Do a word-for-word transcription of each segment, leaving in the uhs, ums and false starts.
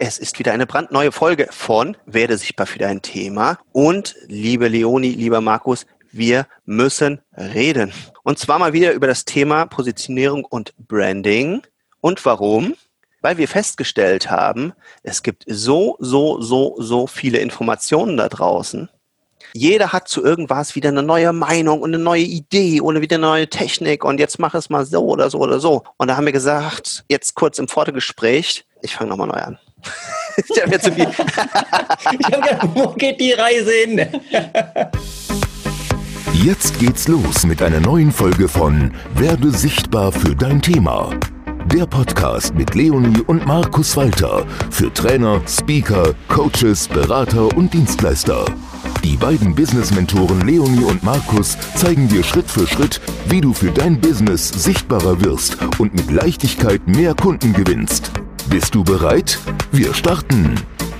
Es ist wieder eine brandneue Folge von Werde sichtbar für dein Thema. Und liebe Leonie, lieber Markus, wir müssen reden. Und zwar mal wieder über das Thema Positionierung und Branding. Und warum? Weil wir festgestellt haben, es gibt so, so, so, so viele Informationen da draußen. Jeder hat zu irgendwas wieder eine neue Meinung und eine neue Idee oder wieder eine neue Technik und jetzt mach es mal so oder so oder so. Und da haben wir gesagt, jetzt kurz im Vorgespräch, ich fange nochmal neu an. Ich habe jetzt so viel. Ich habe gedacht, wo geht die Reise hin? Jetzt geht's los mit einer neuen Folge von Werde sichtbar für dein Thema. Der Podcast mit Leonie und Markus Walter für Trainer, Speaker, Coaches, Berater und Dienstleister. Die beiden Business-Mentoren Leonie und Markus zeigen dir Schritt für Schritt, wie du für dein Business sichtbarer wirst und mit Leichtigkeit mehr Kunden gewinnst. Bist du bereit? Wir starten!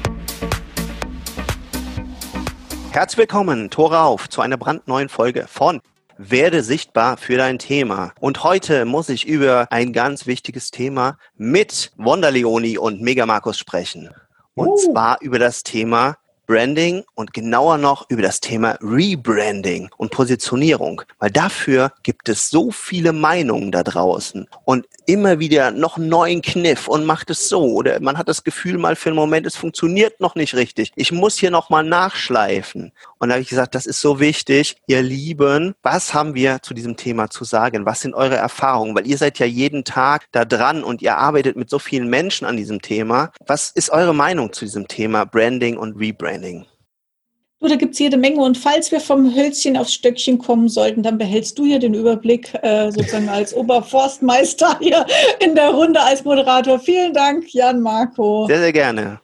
Herzlich willkommen, Tore auf, zu einer brandneuen Folge von Werde sichtbar für dein Thema. Und heute muss ich über ein ganz wichtiges Thema mit Wonder Leonie und Mega Markus sprechen. Und uh. zwar über das Thema Branding und genauer noch über das Thema Rebranding und Positionierung. Weil dafür gibt es so viele Meinungen da draußen und immer wieder noch einen neuen Kniff und macht es so. Oder man hat das Gefühl mal für einen Moment, es funktioniert noch nicht richtig. Ich muss hier nochmal nachschleifen. Und da habe ich gesagt, das ist so wichtig. Ihr Lieben, was haben wir zu diesem Thema zu sagen? Was sind eure Erfahrungen? Weil ihr seid ja jeden Tag da dran und ihr arbeitet mit so vielen Menschen an diesem Thema. Was ist eure Meinung zu diesem Thema Branding und Rebranding? Du, da gibt es jede Menge und falls wir vom Hölzchen aufs Stöckchen kommen sollten, dann behältst du hier den Überblick äh, sozusagen als Oberforstmeister hier in der Runde als Moderator. Vielen Dank, Jan Marco. Sehr, sehr gerne.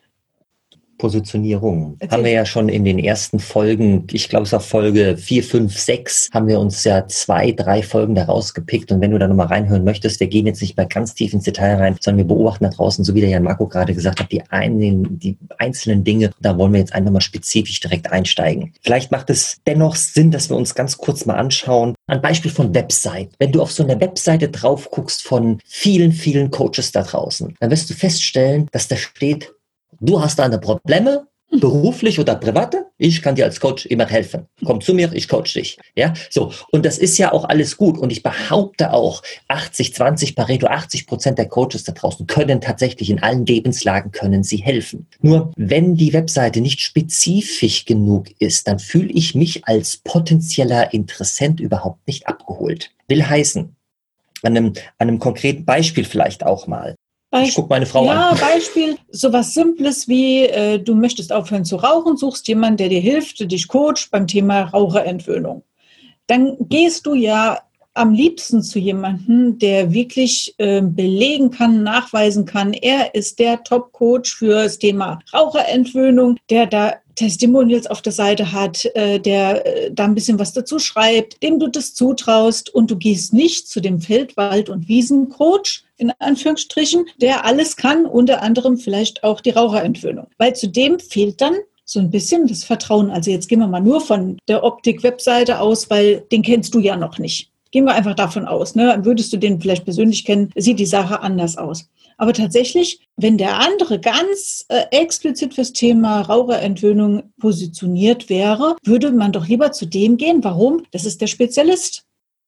Positionierung. Erzähl. Haben wir ja schon in den ersten Folgen, ich glaube es war Folge vier, fünf, sechs, haben wir uns ja zwei, drei Folgen da rausgepickt. Und wenn du da nochmal reinhören möchtest, wir gehen jetzt nicht mehr ganz tief ins Detail rein, sondern wir beobachten da draußen, so wie der Jan Marco gerade gesagt hat, die, einen, die einzelnen Dinge. Da wollen wir jetzt einfach mal spezifisch direkt einsteigen. Vielleicht macht es dennoch Sinn, dass wir uns ganz kurz mal anschauen. Ein Beispiel von Website. Wenn du auf so einer Webseite drauf guckst von vielen, vielen Coaches da draußen, dann wirst du feststellen, dass da steht, du hast deine Probleme, beruflich oder private, ich kann dir als Coach immer helfen. Komm zu mir, ich coach dich. Ja, so. Und das ist ja auch alles gut. Und ich behaupte auch, achtzig, zwanzig, Pareto, achtzig Prozent der Coaches da draußen können tatsächlich in allen Lebenslagen können sie helfen. Nur wenn die Webseite nicht spezifisch genug ist, dann fühle ich mich als potenzieller Interessent überhaupt nicht abgeholt. Will heißen, an einem, an einem konkreten Beispiel vielleicht auch mal. Beispiel, ich gucke meine Frau ja, an. Ja, Beispiel, sowas Simples wie, äh, du möchtest aufhören zu rauchen, suchst jemanden, der dir hilft, dich coacht beim Thema Raucherentwöhnung. Dann gehst du ja am liebsten zu jemandem, der wirklich äh, belegen kann, nachweisen kann, er ist der Top-Coach für das Thema Raucherentwöhnung, der da Testimonials auf der Seite hat, äh, der äh, da ein bisschen was dazu schreibt, dem du das zutraust und du gehst nicht zu dem Feld-, Wald- und Wiesencoach, in Anführungsstrichen, der alles kann, unter anderem vielleicht auch die Raucherentwöhnung. Weil zu dem fehlt dann so ein bisschen das Vertrauen. Also jetzt gehen wir mal nur von der Optik-Webseite aus, weil den kennst du ja noch nicht. Gehen wir einfach davon aus, ne? Würdest du den vielleicht persönlich kennen, sieht die Sache anders aus. Aber tatsächlich, wenn der andere ganz äh, explizit fürs Thema Raucherentwöhnung positioniert wäre, würde man doch lieber zu dem gehen. Warum? Das ist der Spezialist.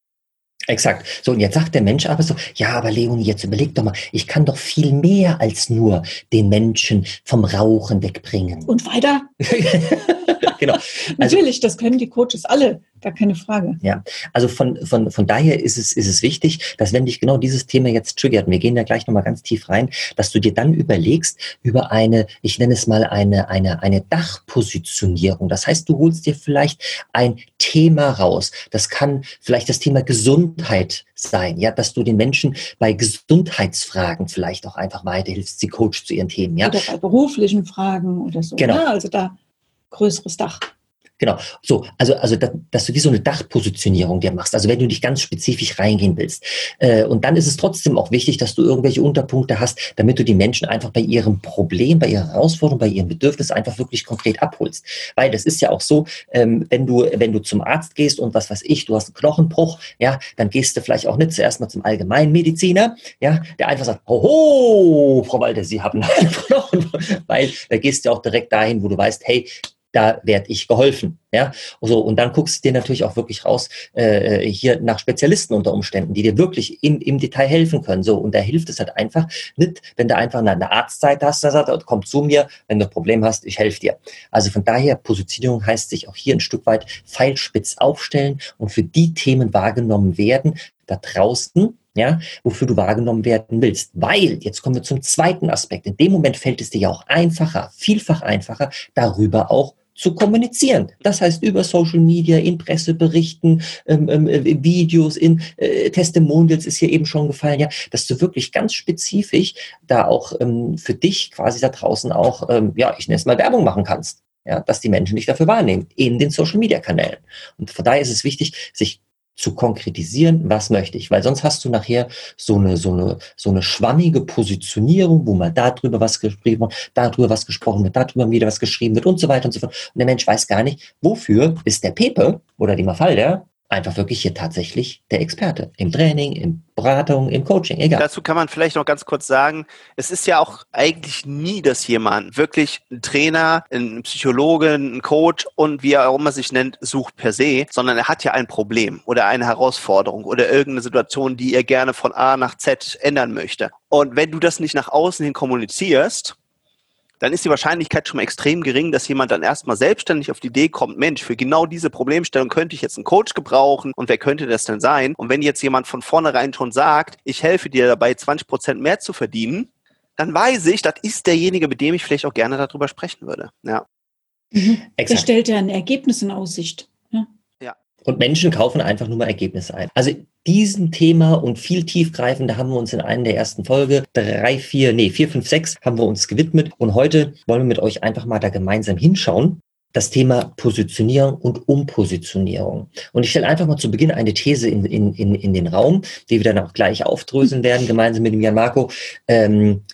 Exakt. So, und jetzt sagt der Mensch aber so, ja, aber Leonie, jetzt überleg doch mal, ich kann doch viel mehr als nur den Menschen vom Rauchen wegbringen. Und weiter? Genau. Natürlich, das können die Coaches alle, gar keine Frage. Ja, also von, von, von daher ist es, ist es wichtig, dass wenn dich genau dieses Thema jetzt triggert, wir gehen da gleich nochmal ganz tief rein, dass du dir dann überlegst über eine, ich nenne es mal eine, eine, eine Dachpositionierung. Das heißt, du holst dir vielleicht ein Thema raus. Das kann vielleicht das Thema Gesundheit sein, ja, dass du den Menschen bei Gesundheitsfragen vielleicht auch einfach weiterhilfst, sie coachst zu ihren Themen. Ja? Oder bei beruflichen Fragen oder so. Genau. Ja, also da größeres Dach. Genau, so, also, also da, dass du wie so eine Dachpositionierung dir machst, also wenn du dich ganz spezifisch reingehen willst. Äh, und dann ist es trotzdem auch wichtig, dass du irgendwelche Unterpunkte hast, damit du die Menschen einfach bei ihrem Problem, bei ihrer Herausforderung, bei ihrem Bedürfnis einfach wirklich konkret abholst. Weil das ist ja auch so, ähm, wenn du, wenn du zum Arzt gehst und was weiß ich, du hast einen Knochenbruch, ja, dann gehst du vielleicht auch nicht zuerst mal zum Allgemeinmediziner, ja, der einfach sagt, hoho, Frau Walter, Sie haben einen Knochenbruch, weil da gehst du auch direkt dahin, wo du weißt, hey, da werde ich geholfen. Ja, so, und dann guckst du dir natürlich auch wirklich raus, äh, hier nach Spezialisten unter Umständen, die dir wirklich in, im Detail helfen können. So, und da hilft es halt einfach nicht, wenn du einfach eine Arztzeit hast, der sagt, komm zu mir, wenn du ein Problem hast, ich helfe dir. Also von daher, Positionierung heißt sich auch hier ein Stück weit pfeilspitz aufstellen und für die Themen wahrgenommen werden, da draußen, ja, wofür du wahrgenommen werden willst. Weil, jetzt kommen wir zum zweiten Aspekt, in dem Moment fällt es dir ja auch einfacher, vielfach einfacher, darüber auch zu kommunizieren. Das heißt, über Social Media, in Presseberichten, ähm, ähm, Videos, in äh, Testimonials ist hier eben schon gefallen, ja, dass du wirklich ganz spezifisch da auch ähm, für dich quasi da draußen auch, ähm, ja, ich nenne es mal Werbung machen kannst. Ja, dass die Menschen dich dafür wahrnehmen, in den Social Media Kanälen. Und von daher ist es wichtig, sich zu konkretisieren, was möchte ich, weil sonst hast du nachher so eine, so eine, so eine schwammige Positionierung, wo mal darüber was geschrieben wird, darüber was gesprochen wird, darüber wieder was geschrieben wird und so weiter und so fort. Und der Mensch weiß gar nicht, wofür ist der Pepe oder die Mafalda einfach wirklich hier tatsächlich der Experte. Im Training, in Beratung, im Coaching, egal. Dazu kann man vielleicht noch ganz kurz sagen, es ist ja auch eigentlich nie, dass jemand wirklich ein Trainer, ein Psychologe, ein Coach und wie er auch immer sich nennt, sucht per se, sondern er hat ja ein Problem oder eine Herausforderung oder irgendeine Situation, die er gerne von A nach Z ändern möchte. Und wenn du das nicht nach außen hin kommunizierst, dann ist die Wahrscheinlichkeit schon mal extrem gering, dass jemand dann erstmal selbstständig auf die Idee kommt, Mensch, für genau diese Problemstellung könnte ich jetzt einen Coach gebrauchen und wer könnte das denn sein? Und wenn jetzt jemand von vornherein schon sagt, ich helfe dir dabei, zwanzig Prozent mehr zu verdienen, dann weiß ich, das ist derjenige, mit dem ich vielleicht auch gerne darüber sprechen würde. Ja. Mhm. Er stellt ja ein Ergebnis in Aussicht. Ja. Ja. Und Menschen kaufen einfach nur mal Ergebnisse ein. Also diesem Thema und viel tiefgreifender haben wir uns in einer der ersten Folge, drei, vier, nee, vier, fünf, sechs, haben wir uns gewidmet. Und heute wollen wir mit euch einfach mal da gemeinsam hinschauen. Das Thema Positionierung und Umpositionierung. Und ich stelle einfach mal zu Beginn eine These in, in, in, in den Raum, die wir dann auch gleich aufdröseln werden, gemeinsam mit dem Jan Marco. Ähm,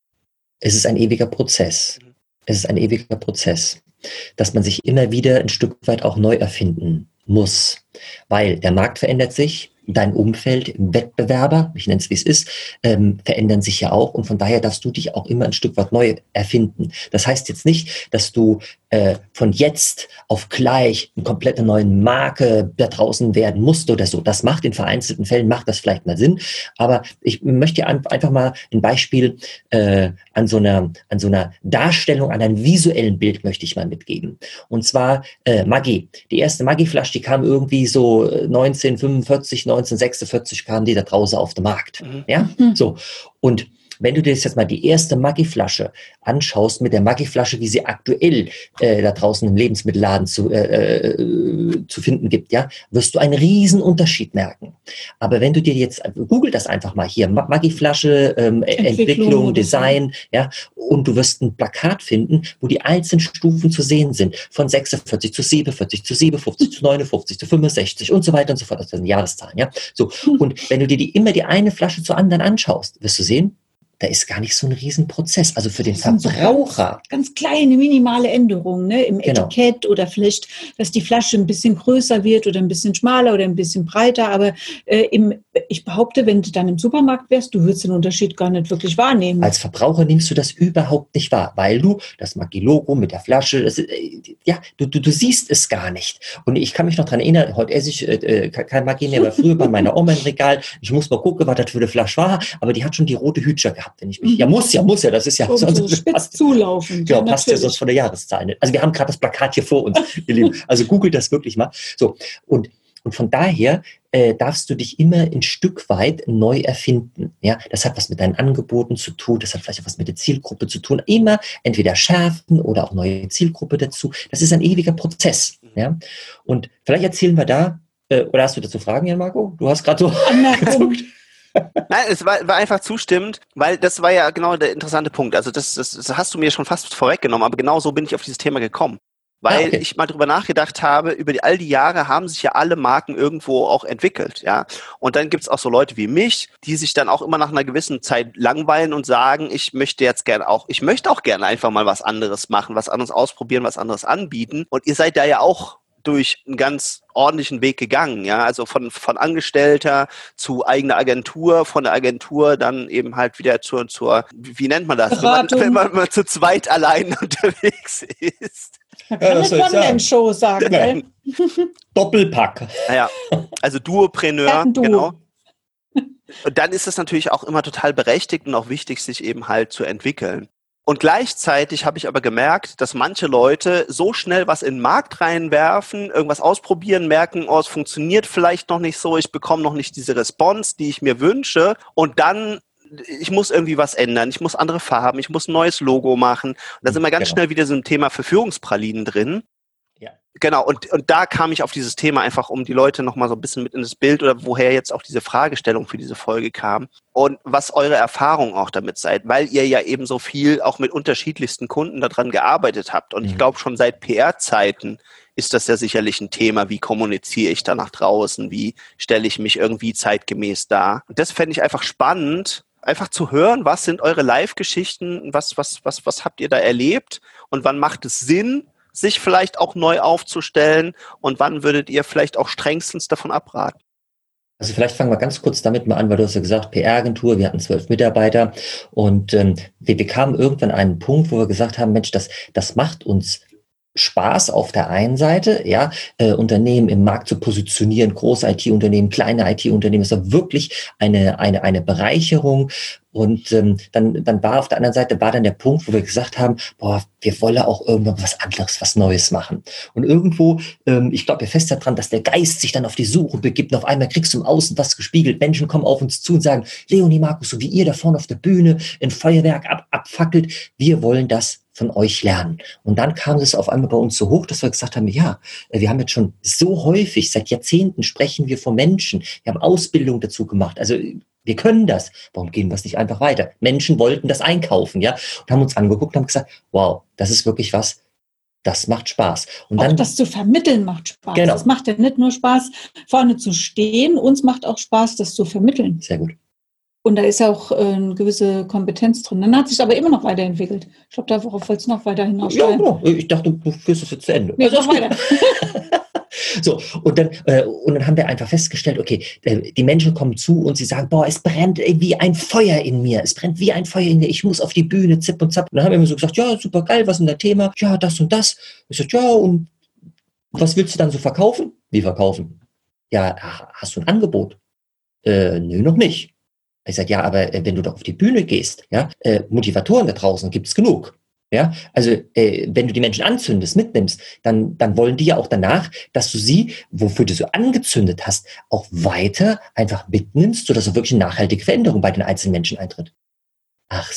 es ist ein ewiger Prozess. Es ist ein ewiger Prozess, dass man sich immer wieder ein Stück weit auch neu erfinden muss, weil der Markt verändert sich, dein Umfeld, Wettbewerber, ich nenne es wie es ist, ähm, verändern sich ja auch und von daher darfst du dich auch immer ein Stück weit neu erfinden. Das heißt jetzt nicht, dass du äh, von jetzt auf gleich eine komplette neue Marke da draußen werden musst oder so. Das macht in vereinzelten Fällen, macht das vielleicht mal Sinn, aber ich möchte an, einfach mal ein Beispiel äh, an so einer an so einer Darstellung, an einem visuellen Bild möchte ich mal mitgeben. Und zwar äh, Maggi. Die erste Maggi-Flasche, die kam irgendwie so neunzehnhundertfünfundvierzig, neunzehnhundertsechsundvierzig kam die da draußen auf den Markt. Mhm. Ja, mhm. So. Und wenn du dir jetzt mal die erste Maggi-Flasche anschaust, mit der Maggi-Flasche, wie sie aktuell äh, da draußen im Lebensmittelladen zu, äh, äh, zu finden gibt, ja, wirst du einen riesen Unterschied merken. Aber wenn du dir jetzt, google das einfach mal hier, Maggi-Flasche, ähm, Entwicklung, Entwicklung Design, ja, und du wirst ein Plakat finden, wo die einzelnen Stufen zu sehen sind, von sechsundvierzig zu siebenundvierzig zu siebenundfünfzig zu neunundfünfzig zu fünfundsechzig und so weiter und so fort. Das sind Jahreszahlen, ja. So. Und wenn du dir die, immer die eine Flasche zur anderen anschaust, wirst du sehen, da ist gar nicht so ein Riesenprozess. Also für den Verbraucher. So ganz kleine, minimale Änderungen, ne? Im genau. Etikett oder vielleicht, dass die Flasche ein bisschen größer wird oder ein bisschen schmaler oder ein bisschen breiter. Aber äh, im, ich behaupte, wenn du dann im Supermarkt wärst, du würdest den Unterschied gar nicht wirklich wahrnehmen. Als Verbraucher nimmst du das überhaupt nicht wahr, weil du das Maggi-Logo mit der Flasche, das, äh, ja, du, du, du siehst es gar nicht. Und ich kann mich noch daran erinnern, heute esse ich äh, kein Maggi mehr, aber früher bei meiner Oma im Regal. Ich muss mal gucken, was das für eine Flasche war, aber die hat schon die rote Hütchen gehabt. Wenn ich mich, ja muss ja, muss ja, das ist ja so, sonst so spitz passt, zulaufen. Genau, passt ja sonst von der Jahreszahl nicht. Also wir haben gerade das Plakat hier vor uns, ihr Lieben. Also googelt das wirklich mal. So, und, und von daher äh, darfst du dich immer ein Stück weit neu erfinden. Ja, das hat was mit deinen Angeboten zu tun, das hat vielleicht auch was mit der Zielgruppe zu tun. Immer entweder schärfen oder auch neue Zielgruppe dazu. Das ist ein ewiger Prozess. Ja, und vielleicht erzählen wir da, äh, oder hast du dazu Fragen, Jan Marco? Du hast gerade so Anmerkung. Nein, es war, war einfach zustimmend, weil das war ja genau der interessante Punkt. Also das, das, das hast du mir schon fast vorweggenommen, aber genau so bin ich auf dieses Thema gekommen. Weil okay. ich mal drüber nachgedacht habe, über die, all die Jahre haben sich ja alle Marken irgendwo auch entwickelt, ja. Und dann gibt's auch so Leute wie mich, die sich dann auch immer nach einer gewissen Zeit langweilen und sagen, ich möchte jetzt gerne auch, ich möchte auch gerne einfach mal was anderes machen, was anderes ausprobieren, was anderes anbieten. Und ihr seid da ja auch durch einen ganz ordentlichen Weg gegangen, ja, also von, von Angestellter zu eigener Agentur, von der Agentur dann eben halt wieder zur, zur wie nennt man das, wenn man, wenn man mal zu zweit allein unterwegs ist. Man kann ja, eine One-Man-Show sagen, ja. Doppelpack. Ja, also Duopreneur, Duo. genau. Und dann ist es natürlich auch immer total berechtigt und auch wichtig, sich eben halt zu entwickeln. Und gleichzeitig habe ich aber gemerkt, dass manche Leute so schnell was in den Markt reinwerfen, irgendwas ausprobieren, merken, oh, es funktioniert vielleicht noch nicht so, ich bekomme noch nicht diese Response, die ich mir wünsche. Und dann, ich muss irgendwie was ändern, ich muss andere Farben, ich muss ein neues Logo machen. Und da sind wir ganz genau. schnell wieder so ein Thema für Führungspralinen drin. Ja. Genau, und, und da kam ich auf dieses Thema einfach, um die Leute nochmal so ein bisschen mit in das Bild oder woher jetzt auch diese Fragestellung für diese Folge kam und was eure Erfahrung auch damit seid, weil ihr ja eben so viel auch mit unterschiedlichsten Kunden daran gearbeitet habt und mhm. ich glaube schon seit P R-Zeiten ist das ja sicherlich ein Thema, wie kommuniziere ich da nach draußen, wie stelle ich mich irgendwie zeitgemäß dar. Und das fände ich einfach spannend, einfach zu hören, was sind eure Live-Geschichten, was, was, was, was habt ihr da erlebt und wann macht es Sinn, sich vielleicht auch neu aufzustellen und wann würdet ihr vielleicht auch strengstens davon abraten? Also vielleicht fangen wir ganz kurz damit mal an, weil du hast ja gesagt, P R-Agentur, wir hatten zwölf Mitarbeiter und ähm, wir, wir kamen irgendwann an einen Punkt, wo wir gesagt haben, Mensch, das, das macht uns Spaß auf der einen Seite, ja, äh, Unternehmen im Markt zu positionieren, große I T-Unternehmen, kleine I T-Unternehmen, ist ja wirklich eine, eine, eine Bereicherung. Und ähm, dann, dann war auf der anderen Seite war dann der Punkt, wo wir gesagt haben, boah, wir wollen auch irgendwann was anderes, was Neues machen. Und irgendwo, ähm, ich glaube ja fest daran, dass der Geist sich dann auf die Suche begibt und auf einmal kriegst du im Außen was gespiegelt. Menschen kommen auf uns zu und sagen, Leonie, Markus, so wie ihr da vorne auf der Bühne ein Feuerwerk ab, abfackelt, wir wollen das von euch lernen. Und dann kam es auf einmal bei uns so hoch, dass wir gesagt haben, ja, wir haben jetzt schon so häufig, seit Jahrzehnten sprechen wir von Menschen, wir haben Ausbildung dazu gemacht, also wir können das. Warum gehen wir es nicht einfach weiter? Menschen wollten das einkaufen, ja, und haben uns angeguckt und haben gesagt, wow, das ist wirklich was, das macht Spaß. Und auch dann, das zu vermitteln macht Spaß. Genau. Das macht ja nicht nur Spaß, vorne zu stehen, uns macht auch Spaß, das zu vermitteln. Sehr gut. Und da ist ja auch äh, eine gewisse Kompetenz drin. Dann hat sich aber immer noch weiterentwickelt. Ich glaube, darauf wolltest du noch weiter hinaussteigen. Ja, genau. Ich dachte, du führst es jetzt zu Ende. Nee, also noch weiter. So, und dann, äh, und dann haben wir einfach festgestellt, okay, äh, die Menschen kommen zu und sie sagen, boah, es brennt wie ein Feuer in mir. Es brennt wie ein Feuer in mir. Ich muss auf die Bühne, zipp und zapp. Und dann haben wir immer so gesagt, ja, super geil, was ist denn das Thema? Ja, das und das. Ich sag, ja, und was willst du dann so verkaufen? Wie verkaufen? Ja, hast du ein Angebot? Äh, nö, noch nicht. Ich sage, ja, aber äh, wenn du doch auf die Bühne gehst, ja, äh, Motivatoren da draußen gibt's genug. Ja, also äh, wenn du die Menschen anzündest, mitnimmst, dann, dann wollen die ja auch danach, dass du sie, wofür du so angezündet hast, auch weiter einfach mitnimmst, sodass auch wirklich eine nachhaltige Veränderung bei den einzelnen Menschen eintritt. Ach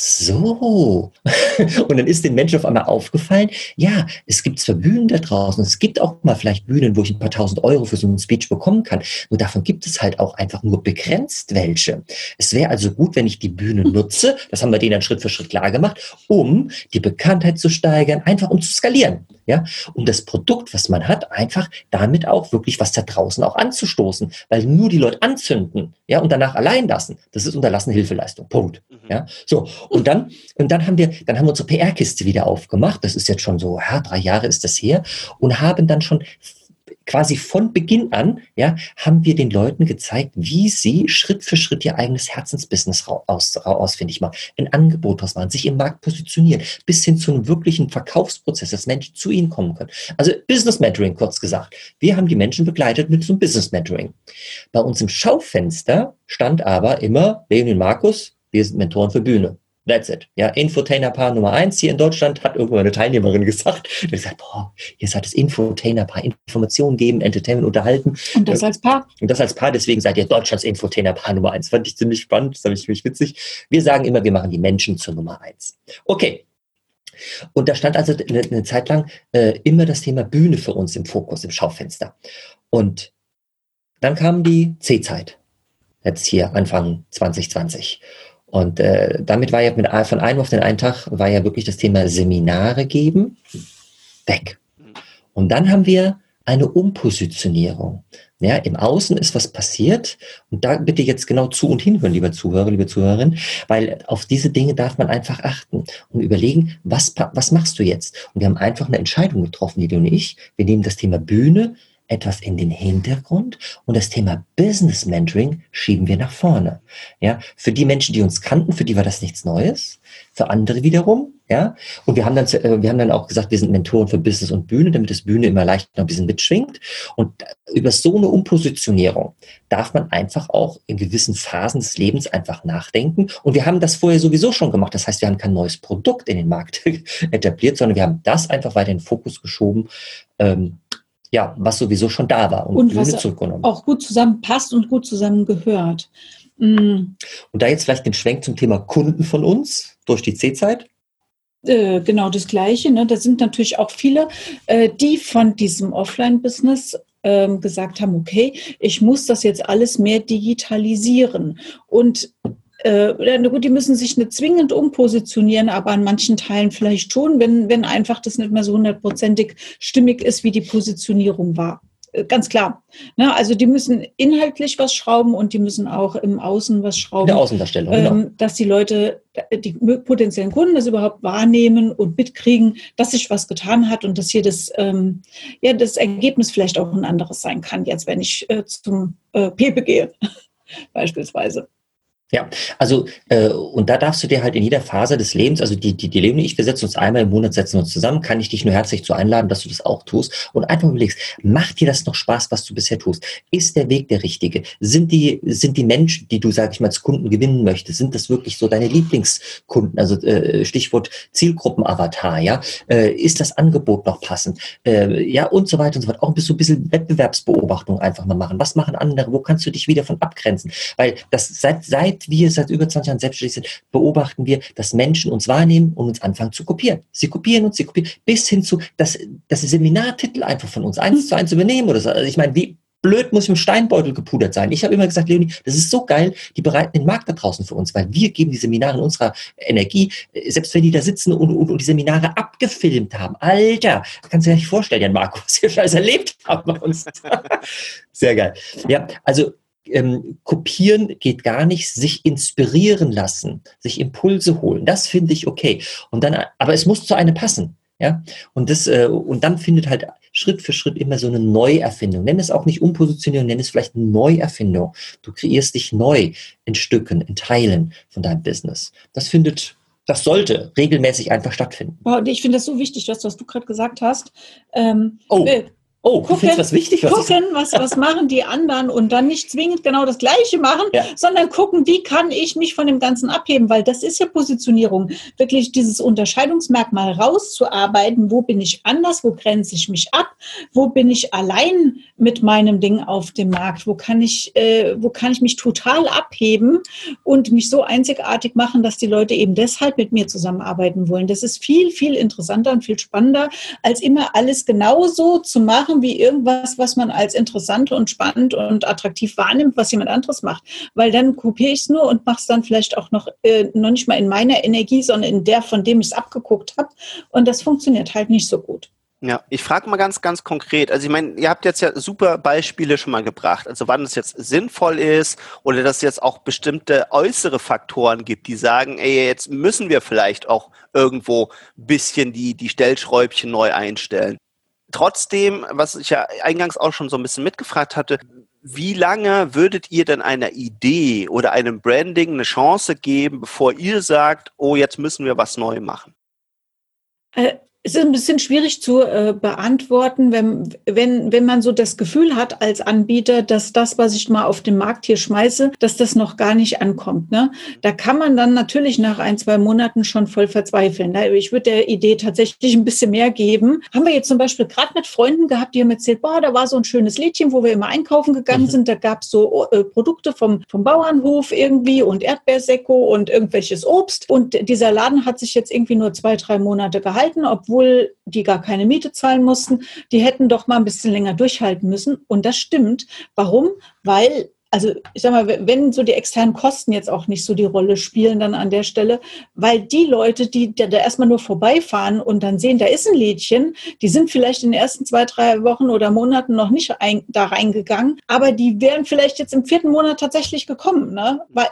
so. Und dann ist den Menschen auf einmal aufgefallen, ja, es gibt zwar Bühnen da draußen, es gibt auch mal vielleicht Bühnen, wo ich ein paar tausend Euro für so einen Speech bekommen kann. Nur davon gibt es halt auch einfach nur begrenzt welche. Es wäre also gut, wenn ich die Bühne nutze, das haben wir denen dann Schritt für Schritt klar gemacht, um die Bekanntheit zu steigern, einfach um zu skalieren. Ja, um das Produkt, was man hat, einfach damit auch wirklich was da draußen auch anzustoßen, weil nur die Leute anzünden, ja, und danach allein lassen, das ist unterlassene Hilfeleistung. Punkt. Ja, so. Und dann, und dann haben wir, dann haben wir unsere P R-Kiste wieder aufgemacht. Das ist jetzt schon so, ja, drei Jahre ist das her und haben dann schon quasi von Beginn an, ja, haben wir den Leuten gezeigt, wie sie Schritt für Schritt ihr eigenes Herzensbusiness aus, ausfindig machen, ein Angebot draus machen, sich im Markt positionieren, bis hin zu einem wirklichen Verkaufsprozess, dass Menschen zu ihnen kommen können. Also Business Mentoring, kurz gesagt. Wir haben die Menschen begleitet mit so einem Business Mentoring. Bei uns im Schaufenster stand aber immer Leonie und Markus, wir sind Mentoren für Bühne. That's it. Ja, Infotainer-Paar Nummer eins hier in Deutschland, hat irgendwann eine Teilnehmerin gesagt. Die hat gesagt, boah, ihr seid das Infotainer-Paar, Informationen geben, Entertainment, unterhalten. Und das als Paar? Und das als Paar, deswegen seid ihr Deutschlands Infotainer-Paar Nummer eins. Fand ich ziemlich spannend, das fand ich ziemlich witzig. Wir sagen immer, wir machen die Menschen zur Nummer eins. Okay. Und da stand also eine, eine Zeit lang äh, immer das Thema Bühne für uns im Fokus, im Schaufenster. Und dann kam die C-Zeit. Jetzt hier Anfang zwanzig zwanzig. Und äh, damit war ja mit, von einem auf den einen Tag war ja wirklich das Thema Seminare geben weg. Und dann haben wir eine Umpositionierung. Ja, im Außen ist was passiert und da bitte jetzt genau zu und hinhören, lieber Zuhörer, liebe Zuhörerin, weil auf diese Dinge darf man einfach achten und überlegen, was, was machst du jetzt? Und wir haben einfach eine Entscheidung getroffen, die du und ich. Wir nehmen das Thema Bühne etwas in den Hintergrund und das Thema Business Mentoring schieben wir nach vorne. Ja, für die Menschen, die uns kannten, für die war das nichts Neues. Für andere wiederum, ja. Und wir haben dann, wir haben dann auch gesagt, wir sind Mentoren für Business und Bühne, damit das Bühne immer leicht noch ein bisschen mitschwingt. Und über so eine Umpositionierung darf man einfach auch in gewissen Phasen des Lebens einfach nachdenken. Und wir haben das vorher sowieso schon gemacht. Das heißt, wir haben kein neues Produkt in den Markt etabliert, sondern wir haben das einfach weiter in den Fokus geschoben, ähm, ja, was sowieso schon da war und, und Bühne was zurückgenommen. Auch gut zusammenpasst und gut zusammengehört. Mhm. Und da jetzt vielleicht den Schwenk zum Thema Kunden von uns durch die C-Zeit. Äh, genau das Gleiche. Ne? Da sind natürlich auch viele, äh, die von diesem Offline-Business äh, gesagt haben, okay, ich muss das jetzt alles mehr digitalisieren. Und Äh, gut, die müssen sich nicht zwingend umpositionieren, aber an manchen Teilen vielleicht schon, wenn, wenn einfach das nicht mehr so hundertprozentig stimmig ist, wie die Positionierung war. Äh, ganz klar. Ne? Also die müssen inhaltlich was schrauben und die müssen auch im Außen was schrauben. In der Außendarstellung, ähm, genau. Dass die Leute, die potenziellen Kunden das überhaupt wahrnehmen und mitkriegen, dass sich was getan hat und dass hier das, ähm, ja, das Ergebnis vielleicht auch ein anderes sein kann, jetzt wenn ich äh, zum äh, Pepe gehe, beispielsweise. Ja, also äh, und da darfst du dir halt in jeder Phase des Lebens, also die die die Leonie und ich, wir setzen uns einmal im Monat, setzen uns zusammen, kann ich dich nur herzlich zu einladen, dass du das auch tust und einfach überlegst, macht dir das noch Spaß, was du bisher tust? Ist der Weg der richtige? Sind die sind die Menschen, die du, sag ich mal, als Kunden gewinnen möchtest, sind das wirklich so deine Lieblingskunden? Also äh, Stichwort Zielgruppenavatar, ja? Äh, ist das Angebot noch passend? Äh, ja, und so weiter und so fort. Auch ein bisschen, bisschen Wettbewerbsbeobachtung einfach mal machen. Was machen andere? Wo kannst du dich wieder von abgrenzen? Weil das seit seit wir seit über zwanzig Jahren selbstständig sind, beobachten wir, dass Menschen uns wahrnehmen und uns anfangen zu kopieren. Sie kopieren uns, sie kopieren, bis hin zu, dass, dass sie Seminartitel einfach von uns eins zu eins übernehmen oder so. Also ich meine, wie blöd muss ich mit dem Steinbeutel gepudert sein? Ich habe immer gesagt, Leonie, das ist so geil, die bereiten den Markt da draußen für uns, weil wir geben die Seminare in unserer Energie, selbst wenn die da sitzen und, und, und die Seminare abgefilmt haben. Alter, kannst du dir nicht vorstellen, Jan Marco, was wir schon alles erlebt haben bei uns. Sehr geil. Ja, also Ähm, kopieren geht gar nicht, sich inspirieren lassen, sich Impulse holen, das finde ich okay. Und dann, aber es muss zu einem passen, ja. Und das, äh, und dann findet halt Schritt für Schritt immer so eine Neuerfindung. Nenn es auch nicht Umpositionierung, nenn es vielleicht eine Neuerfindung. Du kreierst dich neu in Stücken, in Teilen von deinem Business. Das findet Das sollte regelmäßig einfach stattfinden. Und ich finde das so wichtig, das, was du gerade gesagt hast. Ähm, oh. Äh, Oh, gucken, du findest was wichtig? Was gucken, was, was machen die anderen und dann nicht zwingend genau das Gleiche machen, ja. sondern gucken, wie kann ich mich von dem Ganzen abheben, weil das ist ja Positionierung, wirklich dieses Unterscheidungsmerkmal rauszuarbeiten, wo bin ich anders, wo grenze ich mich ab, wo bin ich allein mit meinem Ding auf dem Markt, wo kann ich, äh, wo kann ich mich total abheben und mich so einzigartig machen, dass die Leute eben deshalb mit mir zusammenarbeiten wollen. Das ist viel, viel interessanter und viel spannender, als immer alles genauso zu machen, wie irgendwas, was man als interessant und spannend und attraktiv wahrnimmt, was jemand anderes macht. Weil dann kopiere ich es nur und mache es dann vielleicht auch noch, äh, noch nicht mal in meiner Energie, sondern in der, von dem ich es abgeguckt habe. Und das funktioniert halt nicht so gut. Ja, ich frage mal ganz, ganz konkret. Also ich meine, ihr habt jetzt ja super Beispiele schon mal gebracht. Also wann es jetzt sinnvoll ist oder dass es jetzt auch bestimmte äußere Faktoren gibt, die sagen, ey, jetzt müssen wir vielleicht auch irgendwo ein bisschen die, die Stellschräubchen neu einstellen. Trotzdem, was ich ja eingangs auch schon so ein bisschen mitgefragt hatte, wie lange würdet ihr denn einer Idee oder einem Branding eine Chance geben, bevor ihr sagt, oh, jetzt müssen wir was neu machen? Äh, Es ist ein bisschen schwierig zu äh, beantworten, wenn, wenn, wenn man so das Gefühl hat als Anbieter, dass das, was ich mal auf den Markt hier schmeiße, dass das noch gar nicht ankommt. Ne? Da kann man dann natürlich nach ein, zwei Monaten schon voll verzweifeln. Ne? Ich würde der Idee tatsächlich ein bisschen mehr geben. Haben wir jetzt zum Beispiel gerade mit Freunden gehabt, die haben erzählt, boah, da war so ein schönes Lädchen, wo wir immer einkaufen gegangen mhm. sind. Da gab es so äh, Produkte vom, vom Bauernhof irgendwie und Erdbeersäcko und irgendwelches Obst. Und dieser Laden hat sich jetzt irgendwie nur zwei, drei Monate gehalten, obwohl obwohl die gar keine Miete zahlen mussten, die hätten doch mal ein bisschen länger durchhalten müssen. Und das stimmt. Warum? Weil also ich sag mal, wenn so die externen Kosten jetzt auch nicht so die Rolle spielen dann an der Stelle, weil die Leute, die da erstmal nur vorbeifahren und dann sehen, da ist ein Lädchen, die sind vielleicht in den ersten zwei, drei Wochen oder Monaten noch nicht ein, da reingegangen, aber die wären vielleicht jetzt im vierten Monat tatsächlich gekommen, ne? Weil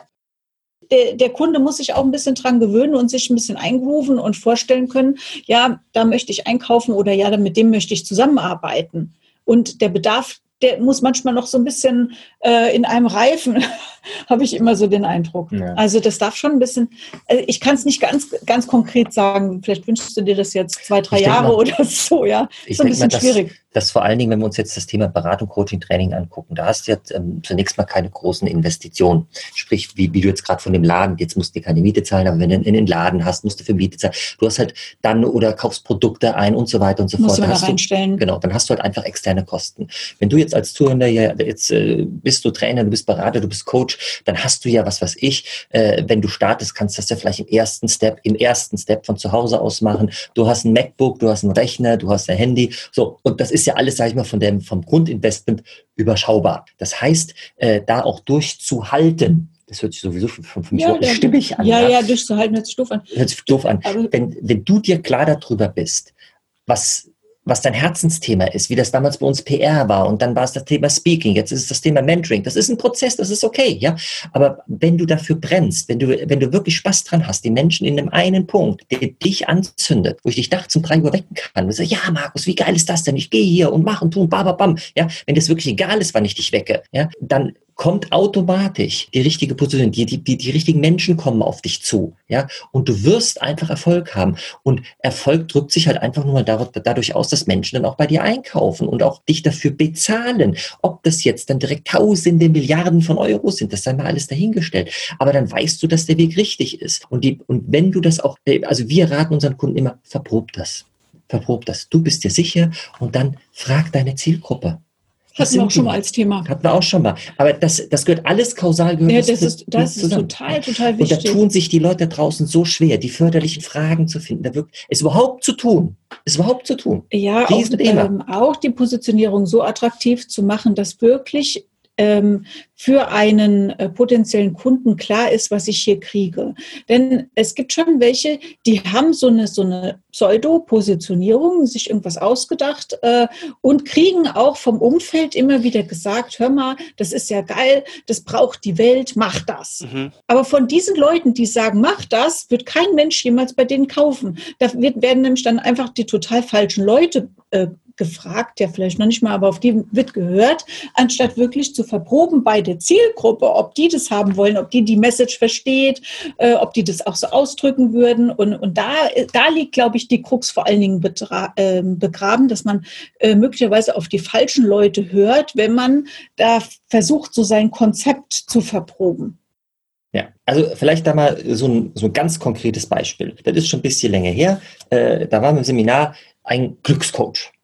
Der, der Kunde muss sich auch ein bisschen dran gewöhnen und sich ein bisschen eingrooven und vorstellen können, ja, da möchte ich einkaufen oder ja, mit dem möchte ich zusammenarbeiten. Und der Bedarf, der muss manchmal noch so ein bisschen äh, in einem reifen, habe ich immer so den Eindruck. Ja. Also das darf schon ein bisschen, also ich kann es nicht ganz, ganz konkret sagen, vielleicht wünschst du dir das jetzt zwei, drei ich Jahre mal, oder so, ja. Ich so ein bisschen mal, schwierig. Das, das vor allen Dingen, wenn wir uns jetzt das Thema Beratung, Coaching, Training angucken, da hast du jetzt ähm, zunächst mal keine großen Investitionen. Sprich, wie, wie du jetzt gerade von dem Laden, jetzt musst du dir keine Miete zahlen, aber wenn du in den Laden hast, musst du für Miete zahlen. Du hast halt dann oder kaufst Produkte ein und so weiter und so musst fort. Du da reinstellen. Du, genau, dann hast du halt einfach externe Kosten. Wenn du jetzt als Zuhörer, ja, jetzt äh, bist du Trainer, du bist Berater, du bist Coach, dann hast du ja, was weiß ich, äh, wenn du startest, kannst du das ja vielleicht im ersten Step, im ersten Step von zu Hause aus machen. Du hast ein MacBook, du hast einen Rechner, du hast ein Handy, so. Und das ist ja alles, sag ich mal, von dem, vom Grundinvestment überschaubar. Das heißt, äh, da auch durchzuhalten, das hört sich sowieso für, für mich ja, überhaupt stimmig an. Ja, ja, ja, durchzuhalten hört sich doof an. Hört sich doof an. Wenn, wenn du dir klar darüber bist, was was dein Herzensthema ist, wie das damals bei uns P R war und dann war es das Thema Speaking, jetzt ist es das Thema Mentoring. Das ist ein Prozess, das ist okay, ja. Aber wenn du dafür brennst, wenn du, wenn du wirklich Spaß dran hast, die Menschen in einem einen Punkt, der dich anzündet, wo ich dich nachts um drei Uhr wecken kann, und sag, ja, Markus, wie geil ist das denn? Ich gehe hier und mache und tue und bababam, ja. Wenn das wirklich egal ist, wann ich dich wecke, ja, dann kommt automatisch die richtige Position, die, die, die, die richtigen Menschen kommen auf dich zu, ja, und du wirst einfach Erfolg haben. Und Erfolg drückt sich halt einfach nur mal dadurch aus, dass Menschen dann auch bei dir einkaufen und auch dich dafür bezahlen. Ob das jetzt dann direkt Tausende, Milliarden von Euro sind, das sei mal alles dahingestellt. Aber dann weißt du, dass der Weg richtig ist. Und, die, und wenn du das auch, also wir raten unseren Kunden immer, verprob das. Verprob das. Du bist dir sicher und dann frag deine Zielgruppe. Hatten wir auch schon mal als Thema. Hatten wir auch schon mal. Aber das, das gehört alles kausal. Gehört ja, das, das ist, das ist total, total wichtig. Und da tun sich die Leute draußen so schwer, die förderlichen Fragen zu finden. Da wirklich, es überhaupt zu tun. Es überhaupt zu tun. Ja, auch, ähm, auch die Positionierung so attraktiv zu machen, dass wirklich ähm, für einen äh, potenziellen Kunden klar ist, was ich hier kriege. Denn es gibt schon welche, die haben so eine, so eine Pseudo-Positionierung, sich irgendwas ausgedacht äh, und kriegen auch vom Umfeld immer wieder gesagt, hör mal, das ist ja geil, das braucht die Welt, mach das. Mhm. Aber von diesen Leuten, die sagen, mach das, wird kein Mensch jemals bei denen kaufen. Da wird, werden nämlich dann einfach die total falschen Leute äh, gefragt, ja vielleicht noch nicht mal, aber auf die wird gehört, anstatt wirklich zu verproben bei der Zielgruppe, ob die das haben wollen, ob die die Message versteht, äh, ob die das auch so ausdrücken würden. Und, und da, da liegt, glaube ich, die Krux vor allen Dingen betra- äh, begraben, dass man äh, möglicherweise auf die falschen Leute hört, wenn man da versucht, so sein Konzept zu verproben. Ja, also vielleicht da mal so ein, so ein ganz konkretes Beispiel. Das ist schon ein bisschen länger her. Äh, da waren wir im Seminar ein Glückscoach.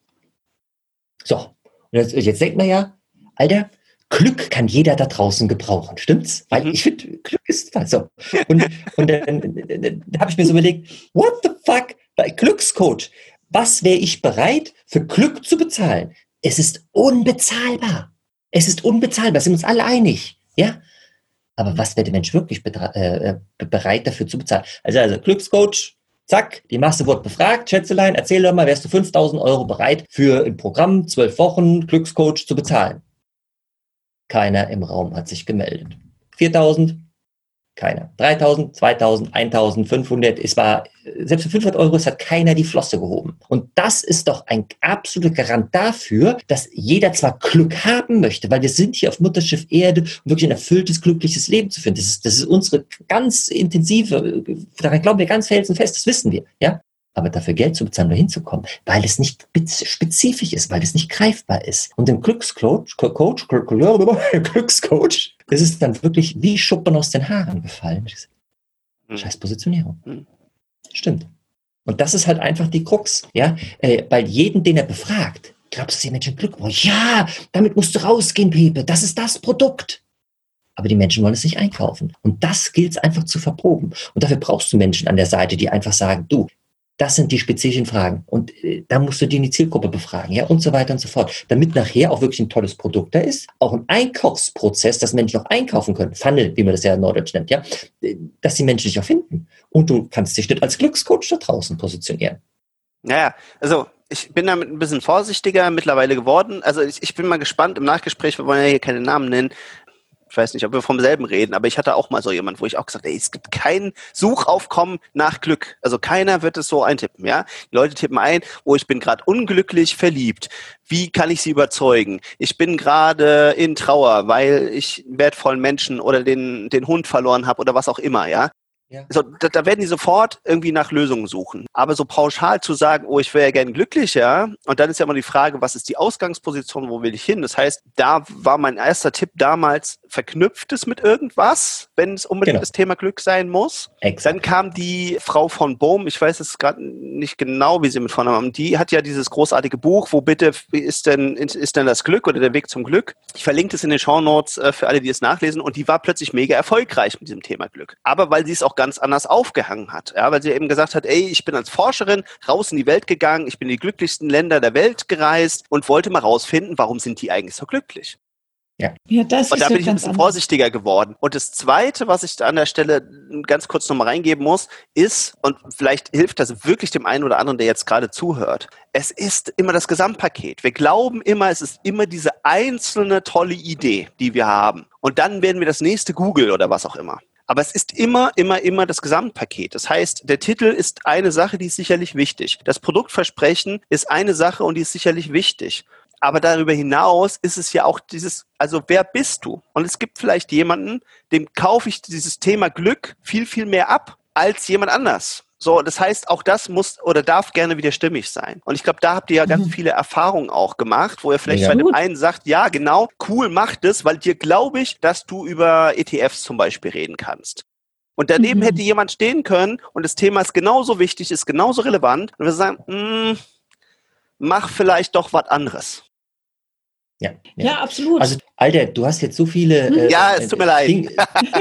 So, und jetzt, jetzt denkt man ja, Alter, Glück kann jeder da draußen gebrauchen, stimmt's? Weil ich finde, Glück ist so. Und, und dann, dann, dann habe ich mir so überlegt, what the fuck, Glückscoach, was wäre ich bereit für Glück zu bezahlen? Es ist unbezahlbar. Es ist unbezahlbar, sind wir uns alle einig, ja? Aber was wäre der Mensch wirklich bedra- äh, bereit dafür zu bezahlen? Also, also Glückscoach, zack, die Masse wurde befragt. Schätzelein, erzähl doch mal, wärst du fünftausend Euro bereit für ein Programm, zwölf Wochen, Glückscoach zu bezahlen? Keiner im Raum hat sich gemeldet. viertausend? Keiner. dreitausend, zweitausend, eintausendfünfhundert. Es war, selbst für fünfhundert Euro, es hat keiner die Flosse gehoben. Und das ist doch ein absoluter Garant dafür, dass jeder zwar Glück haben möchte, weil wir sind hier auf Mutterschiff Erde, um wirklich ein erfülltes, glückliches Leben zu finden. Das ist, das ist unsere ganz intensive, daran glauben wir ganz felsenfest, das wissen wir, ja. Aber dafür Geld zu bezahlen, da hinzukommen, weil es nicht spezifisch ist, weil es nicht greifbar ist. Und dem Glückscoach, Coach, Glückscoach, das ist dann wirklich wie Schuppen aus den Haaren gefallen. Scheiß Positionierung. Hm. Stimmt. Und das ist halt einfach die Krux, ja, äh, weil jeden, den er befragt, glaubst du, dass die Menschen Glück brauchen? Ja, damit musst du rausgehen, Pepe, das ist das Produkt. Aber die Menschen wollen es nicht einkaufen. Und das gilt es einfach zu verproben. Und dafür brauchst du Menschen an der Seite, die einfach sagen, du, Das sind die spezifischen Fragen. Und äh, da musst du dir die Zielgruppe befragen, ja, und so weiter und so fort. Damit nachher auch wirklich ein tolles Produkt da ist, auch ein Einkaufsprozess, dass Menschen auch einkaufen können, Funnel, wie man das ja in Norddeutsch nennt, ja, dass die Menschen dich auch finden. Und du kannst dich nicht als Glückscoach da draußen positionieren. Naja, also ich bin damit ein bisschen vorsichtiger mittlerweile geworden. Also ich, ich bin mal gespannt im Nachgespräch, wir wollen ja hier keine Namen nennen. Ich weiß nicht, ob wir vom selben reden, aber ich hatte auch mal so jemand, wo ich auch gesagt habe, ey, es gibt kein Suchaufkommen nach Glück. Also keiner wird es so eintippen, ja. Die Leute tippen ein, oh, ich bin gerade unglücklich verliebt. Wie kann ich sie überzeugen? Ich bin gerade in Trauer, weil ich einen wertvollen Menschen oder den, den Hund verloren habe oder was auch immer, ja. Ja. So, da, da werden die sofort irgendwie nach Lösungen suchen. Aber so pauschal zu sagen, oh, ich wäre ja gern glücklicher, und dann ist ja immer die Frage, was ist die Ausgangsposition, wo will ich hin? Das heißt, da war mein erster Tipp damals, verknüpft es mit irgendwas, wenn es unbedingt genau. das Thema Glück sein muss. Exakt. Dann kam die Frau von Bohm, ich weiß es gerade nicht genau, wie sie mit Vornamen haben, die hat ja dieses großartige Buch, wo bitte ist denn, ist denn das Glück oder der Weg zum Glück? Ich verlinke es in den Shownotes äh, für alle, die es nachlesen, und die war plötzlich mega erfolgreich mit diesem Thema Glück. Aber weil sie es auch ganz anders aufgehangen hat, ja, weil sie eben gesagt hat, ey, ich bin als Forscherin raus in die Welt gegangen, ich bin in die glücklichsten Länder der Welt gereist und wollte mal rausfinden, warum sind die eigentlich so glücklich? Ja. Ja, das und ist da ja bin ich ein bisschen anders. vorsichtiger geworden. Und das Zweite, was ich da an der Stelle ganz kurz nochmal reingeben muss, ist, und vielleicht hilft das wirklich dem einen oder anderen, der jetzt gerade zuhört, es ist immer das Gesamtpaket. Wir glauben immer, es ist immer diese einzelne tolle Idee, die wir haben. Und dann werden wir das nächste Google oder was auch immer. Aber es ist immer, immer, immer das Gesamtpaket. Das heißt, der Titel ist eine Sache, die ist sicherlich wichtig. Das Produktversprechen ist eine Sache und die ist sicherlich wichtig. Aber darüber hinaus ist es ja auch dieses, also wer bist du? Und es gibt vielleicht jemanden, dem kaufe ich dieses Thema Glück viel, viel mehr ab als jemand anders. So, das heißt, auch das muss oder darf gerne wieder stimmig sein. Und ich glaube, da habt ihr ja ganz mhm. viele Erfahrungen auch gemacht, wo ihr vielleicht ja. bei dem einen sagt, ja, genau, cool, mach das, weil dir glaube ich, dass du über E T Fs zum Beispiel reden kannst. Und daneben mhm. hätte jemand stehen können und das Thema ist genauso wichtig, ist genauso relevant. Und wir sagen, mh, mach vielleicht doch was anderes. Ja, ja. ja, absolut. Also, Alter, du hast jetzt so viele äh, ja, es tut mir leid. Ding,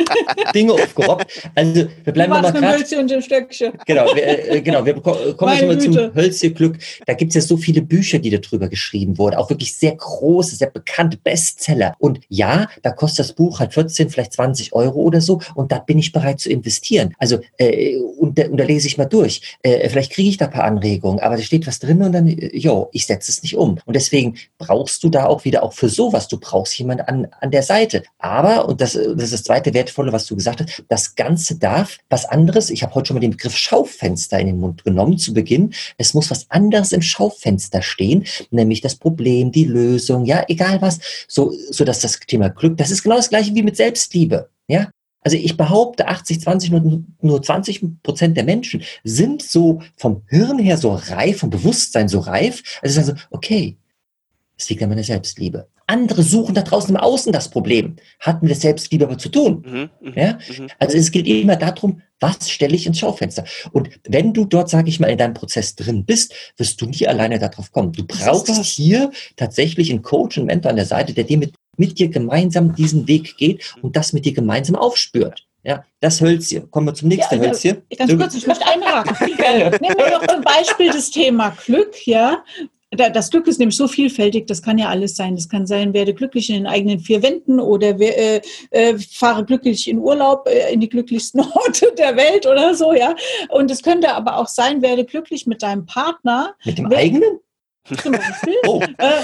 Dinge aufgerobbt. Also, wir bleiben nochmal gerade. Hölzchen und dem Stöckchen. Genau, wir, äh, genau, wir kommen schon zum Hölzchen-Glück. Da gibt es ja so viele Bücher, die darüber geschrieben wurden. Auch wirklich sehr große, sehr bekannte Bestseller. Und ja, da kostet das Buch halt vierzehn, vielleicht zwanzig Euro oder so. Und da bin ich bereit zu investieren. Also, äh, und, und da lese ich mal durch. Äh, vielleicht kriege ich da ein paar Anregungen, aber da steht was drin und dann, äh, jo, ich setze es nicht um. Und deswegen brauchst du da auch wieder auch für sowas, du brauchst jemanden an, an der Seite. Aber, und das, das ist das zweite Wertvolle, was du gesagt hast, das Ganze darf was anderes, ich habe heute schon mal den Begriff Schaufenster in den Mund genommen zu Beginn, es muss was anderes im Schaufenster stehen, nämlich das Problem, die Lösung, ja, egal was, so, so dass das Thema Glück, das ist genau das Gleiche wie mit Selbstliebe, ja. Also ich behaupte, achtzig, zwanzig, nur, nur zwanzig Prozent der Menschen sind so vom Hirn her so reif, vom Bewusstsein so reif, also also, okay, es liegt an meiner Selbstliebe. Andere suchen da draußen im Außen das Problem. Hatten wir Selbstliebe aber zu tun. Mhm, ja? Mhm. Also es geht immer darum, was stelle ich ins Schaufenster? Und wenn du dort, sage ich mal, in deinem Prozess drin bist, wirst du nie alleine darauf kommen. Du brauchst hier tatsächlich einen Coach, einen Mentor an der Seite, der dir mit, mit dir gemeinsam diesen Weg geht und das mit dir gemeinsam aufspürt. Ja, das Hölzchen. Kommen wir zum nächsten ja, Hölzchen. Ganz kurz, ich möchte einhaken. Nehmen wir doch zum Beispiel das Thema Glück, ja. Das Glück ist nämlich so vielfältig, das kann ja alles sein. Das kann sein, werde glücklich in den eigenen vier Wänden oder äh, äh, fahre glücklich in Urlaub äh, in die glücklichsten Orte der Welt oder so, ja. Und es könnte aber auch sein, werde glücklich mit deinem Partner. Mit dem wer- eigenen? Zum Beispiel. Oh. Äh,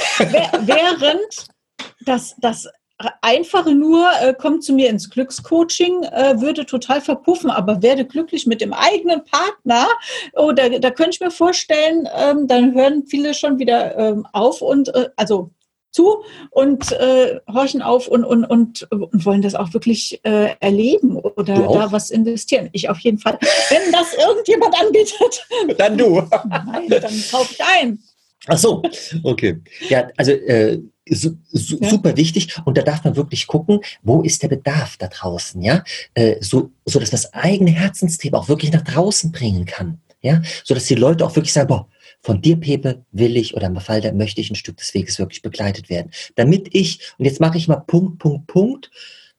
während das, das Einfache nur, äh, kommt zu mir ins Glückscoaching, äh, würde total verpuffen, aber werde glücklich mit dem eigenen Partner. Oh, da, da könnte ich mir vorstellen, ähm, dann hören viele schon wieder ähm, auf und äh, also zu und äh, horchen auf und, und, und, und wollen das auch wirklich äh, erleben oder da was investieren. Ich auf jeden Fall. Wenn das irgendjemand anbietet, dann du. Nein, dann kaufe ich ein. Ach so, okay. Ja, also äh, su, su, ja. super wichtig und da darf man wirklich gucken, wo ist der Bedarf da draußen, ja, äh, so, so dass das eigene Herzensthema auch wirklich nach draußen bringen kann, ja, so dass die Leute auch wirklich sagen, boah, von dir, Pepe, will ich oder Mafalda möchte ich ein Stück des Weges wirklich begleitet werden, damit ich, und jetzt mache ich mal Punkt, Punkt, Punkt,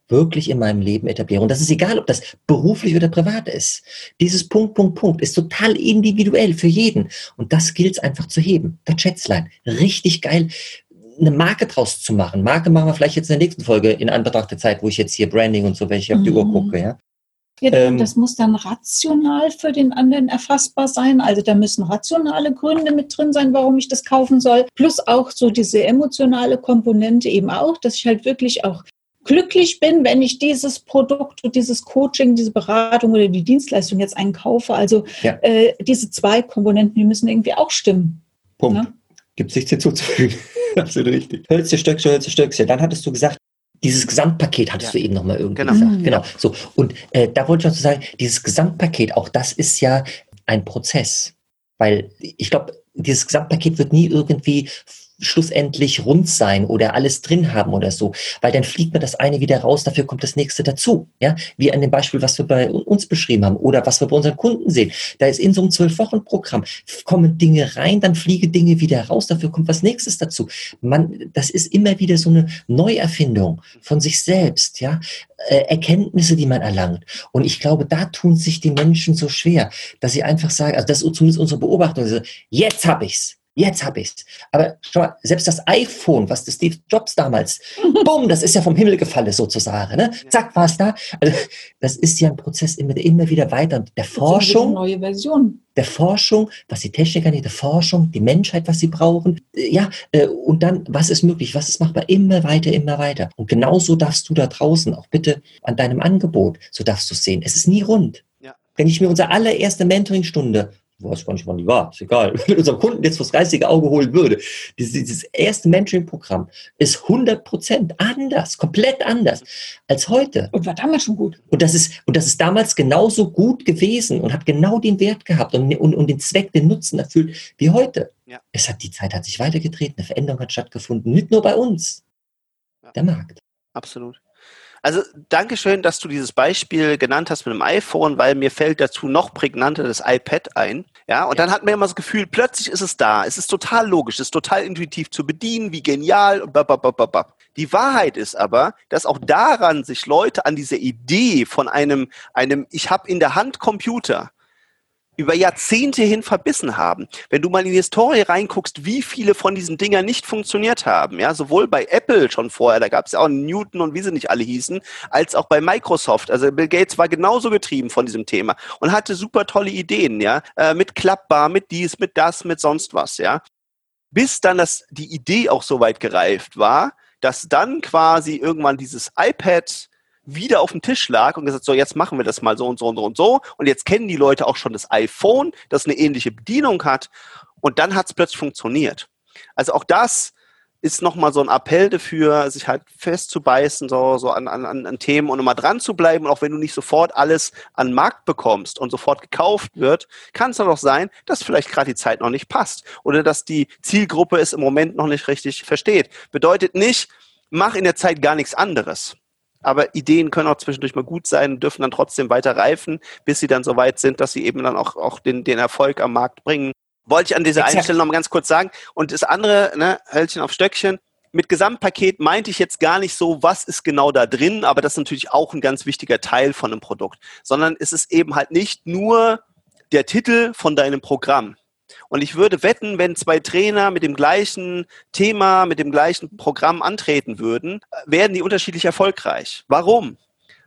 wirklich in meinem Leben etabliere. Und das ist egal, ob das beruflich oder privat ist. Dieses Punkt, Punkt, Punkt ist total individuell für jeden. Und das gilt es einfach zu heben. Das Schätzlein. Richtig geil, eine Marke draus zu machen. Marke machen wir vielleicht jetzt in der nächsten Folge in Anbetracht der Zeit, wo ich jetzt hier Branding und so, wenn ich auf die Uhr gucke, ja. Ja, ähm, das muss dann rational für den anderen erfassbar sein. Also da müssen rationale Gründe mit drin sein, warum ich das kaufen soll. Plus auch so diese emotionale Komponente eben auch, dass ich halt wirklich auch glücklich bin, wenn ich dieses Produkt und dieses Coaching, diese Beratung oder die Dienstleistung jetzt einkaufe. Also ja. äh, diese zwei Komponenten, die müssen irgendwie auch stimmen. Punkt. Ne? Gibt es nichts hinzuzufügen. Absolut richtig. Hölzchen, Stöckchen, Hölzchen, Stöckchen. Dann hattest du gesagt, dieses Gesamtpaket hattest ja. du eben nochmal irgendwie genau. gesagt. Genau. So. Und äh, da wollte ich noch so sagen, dieses Gesamtpaket, auch das ist ja ein Prozess. Weil ich glaube, dieses Gesamtpaket wird nie irgendwie schlussendlich rund sein oder alles drin haben oder so, weil dann fliegt mir das eine wieder raus, dafür kommt das nächste dazu, ja, wie an dem Beispiel, was wir bei uns beschrieben haben oder was wir bei unseren Kunden sehen. Da ist in so einem zwölf-Wochen-Programm kommen Dinge rein, dann fliegen Dinge wieder raus, dafür kommt was nächstes dazu. Man, das ist immer wieder so eine Neuerfindung von sich selbst, ja, äh, Erkenntnisse, die man erlangt. Und ich glaube, da tun sich die Menschen so schwer, dass sie einfach sagen, also das ist zumindest unsere Beobachtung, jetzt hab ich's. Jetzt hab ich's. Aber schau mal, selbst das iPhone, was das Steve Jobs damals, bumm, das ist ja vom Himmel gefallen sozusagen, ne? Zack, war es da. Also, das ist ja ein Prozess immer, immer wieder weiter. Und der Forschung, neue Version. Der Forschung, was die Techniker nicht, der Forschung, die Menschheit, was sie brauchen, ja, und dann, was ist möglich, was ist machbar, immer weiter, immer weiter. Und genauso darfst du da draußen, auch bitte an deinem Angebot, so darfst du es sehen. Es ist nie rund. Ja. Wenn ich mir unsere allererste Mentoring-Stunde, ich weiß gar nicht, wann die war, ist egal, wenn unserem Kunden jetzt fürs geistige Auge holen würde, dieses, dieses erste Mentoring-Programm ist hundert Prozent anders, komplett anders als heute. Und war damals schon gut. Und das ist, und das ist damals genauso gut gewesen und hat genau den Wert gehabt und, und, und den Zweck, den Nutzen erfüllt wie heute. Ja. Es hat, die Zeit hat sich weitergetreten, eine Veränderung hat stattgefunden, nicht nur bei uns, ja. Der Markt. Absolut. Also Dankeschön, dass du dieses Beispiel genannt hast mit dem iPhone, weil mir fällt dazu noch prägnanter das iPad ein. Ja, und dann hat man immer das Gefühl, plötzlich ist es da. Es ist total logisch, es ist total intuitiv zu bedienen, wie genial und babababab. Die Wahrheit ist aber, dass auch daran sich Leute an dieser Idee von einem, einem ich habe in der Hand Computer über Jahrzehnte hin verbissen haben. Wenn du mal in die Historie reinguckst, wie viele von diesen Dingern nicht funktioniert haben, ja, sowohl bei Apple schon vorher, da gab es ja auch Newton und wie sie nicht alle hießen, als auch bei Microsoft. Also Bill Gates war genauso getrieben von diesem Thema und hatte super tolle Ideen, ja, äh, mit klappbar, mit dies, mit das, mit sonst was, ja. Bis dann das, die Idee auch so weit gereift war, dass dann quasi irgendwann dieses iPad wieder auf dem Tisch lag und gesagt, so jetzt machen wir das mal so und so und so und so und jetzt kennen die Leute auch schon das iPhone, das eine ähnliche Bedienung hat und dann hat es plötzlich funktioniert. Also auch das ist nochmal so ein Appell dafür, sich halt festzubeißen so, so an, an, an Themen und immer dran zu bleiben und auch wenn du nicht sofort alles an den Markt bekommst und sofort gekauft wird, kann es doch sein, dass vielleicht gerade die Zeit noch nicht passt oder dass die Zielgruppe es im Moment noch nicht richtig versteht. Bedeutet nicht, mach in der Zeit gar nichts anderes. Aber Ideen können auch zwischendurch mal gut sein, dürfen dann trotzdem weiter reifen, bis sie dann so weit sind, dass sie eben dann auch, auch den, den Erfolg am Markt bringen. Wollte ich an dieser einen Stelle noch mal ganz kurz sagen. Und das andere, ne, Hölzchen auf Stöckchen, mit Gesamtpaket meinte ich jetzt gar nicht so, was ist genau da drin, aber das ist natürlich auch ein ganz wichtiger Teil von einem Produkt. Sondern es ist eben halt nicht nur der Titel von deinem Programm. Und ich würde wetten, wenn zwei Trainer mit dem gleichen Thema, mit dem gleichen Programm antreten würden, werden die unterschiedlich erfolgreich. Warum?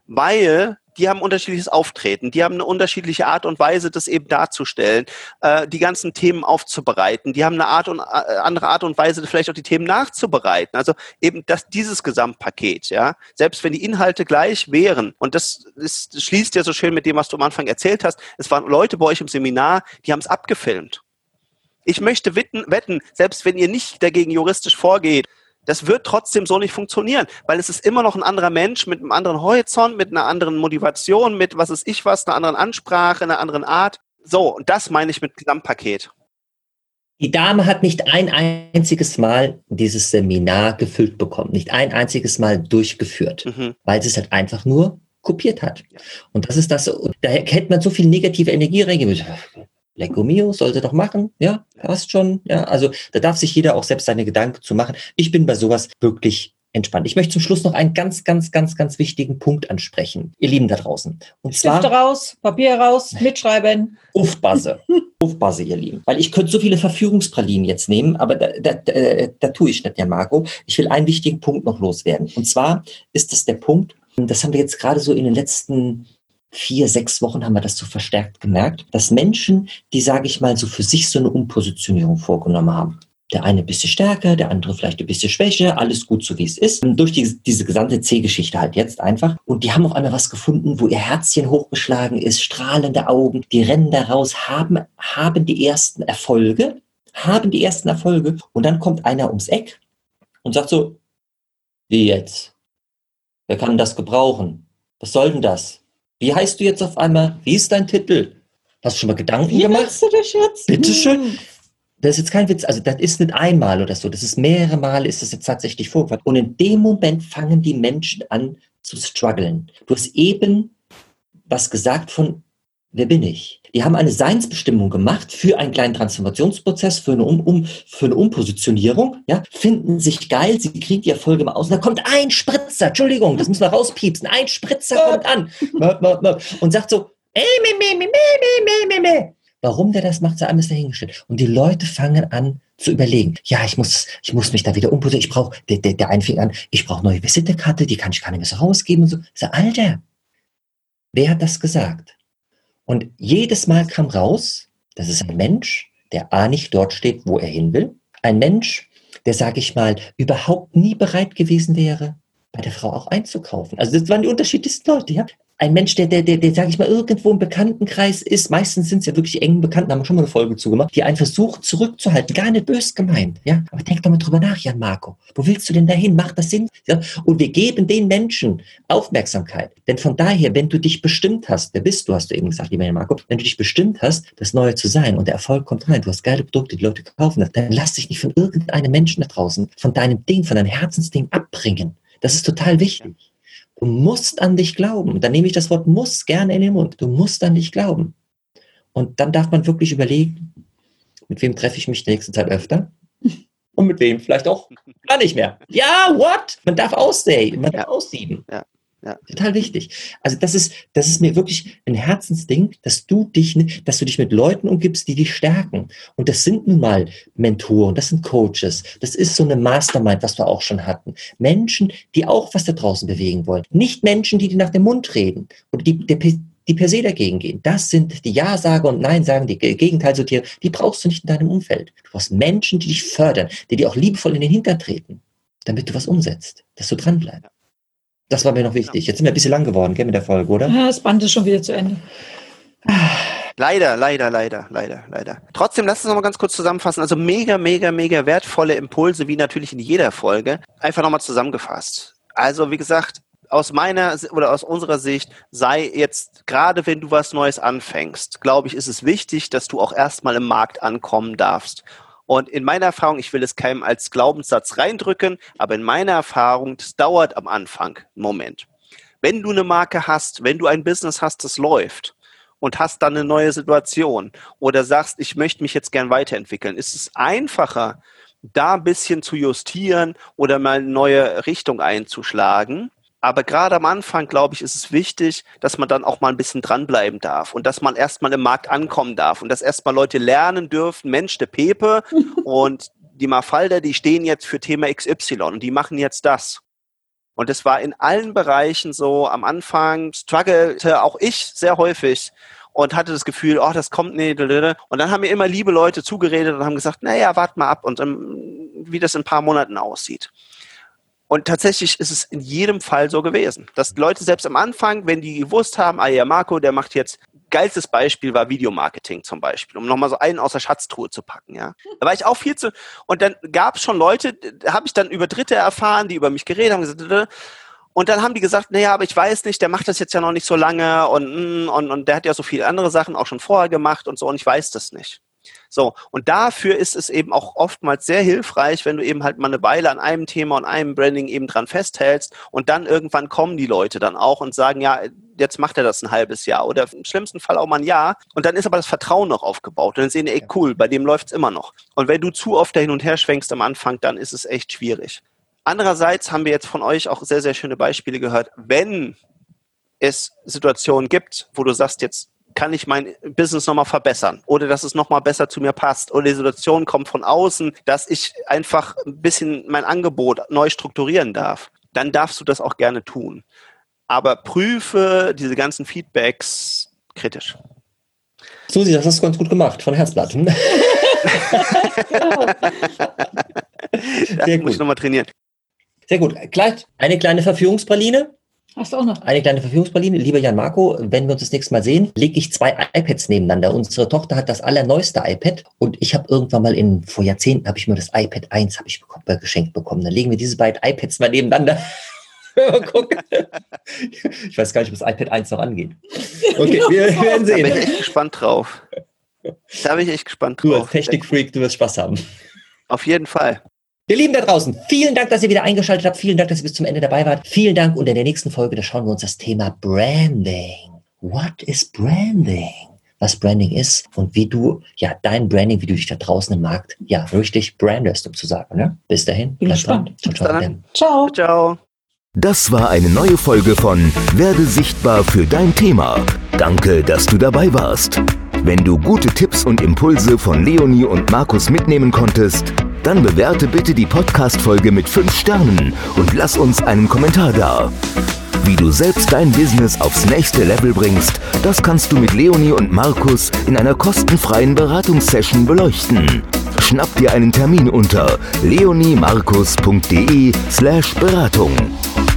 Weil die haben unterschiedliches Auftreten, die haben eine unterschiedliche Art und Weise, das eben darzustellen, äh, die ganzen Themen aufzubereiten. Die haben eine Art und, äh, andere Art und Weise, vielleicht auch die Themen nachzubereiten. Also eben das, dieses Gesamtpaket, ja, selbst wenn die Inhalte gleich wären. Und das, ist, das schließt ja so schön mit dem, was du am Anfang erzählt hast. Es waren Leute bei euch im Seminar, die haben es abgefilmt. Ich möchte wetten, wetten, selbst wenn ihr nicht dagegen juristisch vorgeht, das wird trotzdem so nicht funktionieren, weil es ist immer noch ein anderer Mensch mit einem anderen Horizont, mit einer anderen Motivation, mit was weiß ich was, einer anderen Ansprache, einer anderen Art. So, und das meine ich mit Gesamtpaket. Die Dame hat nicht ein einziges Mal dieses Seminar gefüllt bekommen, nicht ein einziges Mal durchgeführt, mhm. weil sie es halt einfach nur kopiert hat. Ja. Und das ist das, da hätte man so viel negative Energie reingeben. Lecco mio, sollte doch machen, ja, passt schon, ja, also da darf sich jeder auch selbst seine Gedanken zu machen. Ich bin bei sowas wirklich entspannt. Ich möchte zum Schluss noch einen ganz, ganz, ganz, ganz wichtigen Punkt ansprechen, ihr Lieben da draußen. Und zwar Stifte raus, Papier raus, mitschreiben. Aufpasse, Aufpasse, ihr Lieben. Weil ich könnte so viele Verführungspralinen jetzt nehmen, aber da, da, da, da tue ich nicht, Jan Marco. Ich will einen wichtigen Punkt noch loswerden. Und zwar ist das der Punkt, das haben wir jetzt gerade so in den letzten vier, sechs Wochen haben wir das so verstärkt gemerkt, dass Menschen, die, sage ich mal, so für sich so eine Umpositionierung vorgenommen haben. Der eine ein bisschen stärker, der andere vielleicht ein bisschen schwächer, alles gut so wie es ist. Und durch die, diese gesamte C-Geschichte halt jetzt einfach. Und die haben auf einmal was gefunden, wo ihr Herzchen hochgeschlagen ist, strahlende Augen, die rennen da raus, haben, haben die ersten Erfolge, haben die ersten Erfolge. Und dann kommt einer ums Eck und sagt so, wie jetzt? Wer kann das gebrauchen? Was soll denn das? Wie heißt du jetzt auf einmal? Wie ist dein Titel? Hast du schon mal Gedanken Wie gemacht? machst du das jetzt? Bitteschön. Das ist jetzt kein Witz, also das ist nicht einmal oder so, das ist mehrere Male ist das jetzt tatsächlich vorgefallen. Und in dem Moment fangen die Menschen an zu strugglen. Du hast eben was gesagt von, wer bin ich? Die haben eine Seinsbestimmung gemacht für einen kleinen Transformationsprozess, für eine, um, um, für eine Umpositionierung, ja, finden sich geil, sie kriegen die Erfolge mal aus und da kommt ein Spritzer, Entschuldigung, das müssen wir rauspiepsen, ein Spritzer kommt an und sagt so, ey, me, me, me, me, me, me, me. Warum der das macht, sei alles dahingestellt. Und die Leute fangen an zu überlegen, ja, ich muss, ich muss mich da wieder umpositionieren, ich brauche, der, der, der eine fing an, ich brauche neue Visitekarte, die kann ich gar nicht mehr so rausgeben und so. Ich sage, Alter, wer hat das gesagt? Und jedes Mal kam raus, das ist ein Mensch, der A nicht dort steht, wo er hin will. Ein Mensch, der, sage ich mal, überhaupt nie bereit gewesen wäre, bei der Frau auch einzukaufen. Also das waren die unterschiedlichsten Leute, ja. Ein Mensch, der, der, der, der, sag ich mal, irgendwo im Bekanntenkreis ist, meistens sind es ja wirklich die engen Bekannten, haben wir schon mal eine Folge zugemacht, die einen versucht zurückzuhalten, gar nicht böse gemeint, ja. Aber denk doch mal drüber nach, Jan Marco. Wo willst du denn dahin? Macht das Sinn? Ja? Und wir geben den Menschen Aufmerksamkeit. Denn von daher, wenn du dich bestimmt hast, wer bist du, hast du eben gesagt, lieber Jan Marco, wenn du dich bestimmt hast, das Neue zu sein und der Erfolg kommt rein, du hast geile Produkte, die Leute kaufen das, dann lass dich nicht von irgendeinem Menschen da draußen, von deinem Ding, von deinem Herzensding abbringen. Das ist total wichtig. Du musst an dich glauben. Dann nehme ich das Wort muss gerne in den Mund. Du musst an dich glauben. Und dann darf man wirklich überlegen, mit wem treffe ich mich die nächste Zeit öfter? Und mit wem vielleicht auch gar nicht mehr. Ja, what? Man darf aussehen, man darf ja. aussieben. Ja. Ja. Total wichtig. Also das ist, das ist mir wirklich ein Herzensding, dass du dich, dass du dich mit Leuten umgibst, die dich stärken. Und das sind nun mal Mentoren, das sind Coaches, das ist so eine Mastermind, was wir auch schon hatten. Menschen, die auch was da draußen bewegen wollen. Nicht Menschen, die dir nach dem Mund reden oder die, die, die per se dagegen gehen. Das sind die Ja-Sager und Nein-Sager, die Gegenteil sortieren. Die brauchst du nicht in deinem Umfeld. Du brauchst Menschen, die dich fördern, die dir auch liebevoll in den Hintern treten, damit du was umsetzt, dass du dranbleibst. Das war mir noch wichtig. Jetzt sind wir ein bisschen lang geworden, gell, mit der Folge, oder? Ja, das Band ist schon wieder zu Ende. Leider, leider, leider, leider, leider. Trotzdem, lass uns noch mal ganz kurz zusammenfassen. Also mega, mega, mega wertvolle Impulse, wie natürlich in jeder Folge. Einfach nochmal zusammengefasst. Also wie gesagt, aus meiner oder aus unserer Sicht sei jetzt, gerade wenn du was Neues anfängst, glaube ich, ist es wichtig, dass du auch erstmal im Markt ankommen darfst. Und in meiner Erfahrung, ich will es keinem als Glaubenssatz reindrücken, aber in meiner Erfahrung, das dauert am Anfang einen Moment. Wenn du eine Marke hast, wenn du ein Business hast, das läuft und hast dann eine neue Situation oder sagst, ich möchte mich jetzt gern weiterentwickeln, ist es einfacher, da ein bisschen zu justieren oder mal eine neue Richtung einzuschlagen. Aber gerade am Anfang, glaube ich, ist es wichtig, dass man dann auch mal ein bisschen dranbleiben darf und dass man erstmal im Markt ankommen darf und dass erstmal Leute lernen dürfen, Mensch, der Pepe und die Mafalda, die stehen jetzt für Thema X Y und die machen jetzt das. Und es war in allen Bereichen so, am Anfang struggelte auch ich sehr häufig und hatte das Gefühl, oh, das kommt nicht. Und dann haben mir immer liebe Leute zugeredet und haben gesagt, naja, warte mal ab und um, wie das in ein paar Monaten aussieht. Und tatsächlich ist es in jedem Fall so gewesen, dass Leute selbst am Anfang, wenn die gewusst haben, ah ja, Marco, der macht jetzt, geilstes Beispiel war Videomarketing zum Beispiel, um nochmal so einen aus der Schatztruhe zu packen, ja. Da war ich auch viel zu, und dann gab es schon Leute, da habe ich dann über Dritte erfahren, die über mich geredet haben, gesagt, und dann haben die gesagt, naja, aber ich weiß nicht, der macht das jetzt ja noch nicht so lange und, und, und der hat ja so viele andere Sachen auch schon vorher gemacht und so und ich weiß das nicht. So, und dafür ist es eben auch oftmals sehr hilfreich, wenn du eben halt mal eine Weile an einem Thema und einem Branding eben dran festhältst und dann irgendwann kommen die Leute dann auch und sagen, ja, jetzt macht er das ein halbes Jahr oder im schlimmsten Fall auch mal ein Jahr und dann ist aber das Vertrauen noch aufgebaut und dann sehen die, ey, cool, bei dem läuft's immer noch. Und wenn du zu oft da hin und her schwenkst am Anfang, dann ist es echt schwierig. Andererseits haben wir jetzt von euch auch sehr, sehr schöne Beispiele gehört. Wenn es Situationen gibt, wo du sagst, jetzt kann ich mein Business nochmal verbessern oder dass es nochmal besser zu mir passt oder die Situation kommt von außen, dass ich einfach ein bisschen mein Angebot neu strukturieren darf, dann darfst du das auch gerne tun. Aber prüfe diese ganzen Feedbacks kritisch. Susi, das hast du ganz gut gemacht, von Herzblatt. Das muss ich nochmal trainieren. Sehr gut. Gleich eine kleine Verführungspraline. Hast du auch noch? Eine kleine Verführungspraline. Lieber Jan Marco, wenn wir uns das nächste Mal sehen, lege ich zwei iPads nebeneinander. Unsere Tochter hat das allerneueste iPad und ich habe irgendwann mal in, vor Jahrzehnten habe ich mir das iPad eins habe ich bekommen, geschenkt bekommen. Dann legen wir diese beiden iPads mal nebeneinander. Mal gucken. Ich weiß gar nicht, ob das iPad eins noch angeht. Okay, wir werden sehen. Da bin ich echt gespannt drauf. Da bin ich echt gespannt drauf. Du als Technikfreak, du wirst Spaß haben. Auf jeden Fall. Ihr Lieben da draußen, vielen Dank, dass ihr wieder eingeschaltet habt. Vielen Dank, dass ihr bis zum Ende dabei wart. Vielen Dank. Und in der nächsten Folge, da schauen wir uns das Thema Branding. What is Branding? Was Branding ist und wie du, ja, dein Branding, wie du dich da draußen im Markt, ja, richtig brandest, um zu sagen. Ne? Bis dahin. Bin gespannt. Ciao, ciao. Ciao. Ciao. Das war eine neue Folge von Werde sichtbar für dein Thema. Danke, dass du dabei warst. Wenn du gute Tipps und Impulse von Leonie und Markus mitnehmen konntest, dann bewerte bitte die Podcast-Folge mit fünf Sternen und lass uns einen Kommentar da. Wie du selbst dein Business aufs nächste Level bringst, das kannst du mit Leonie und Markus in einer kostenfreien Beratungssession beleuchten. Schnapp dir einen Termin unter leoniemarkus punkt de slash Beratung.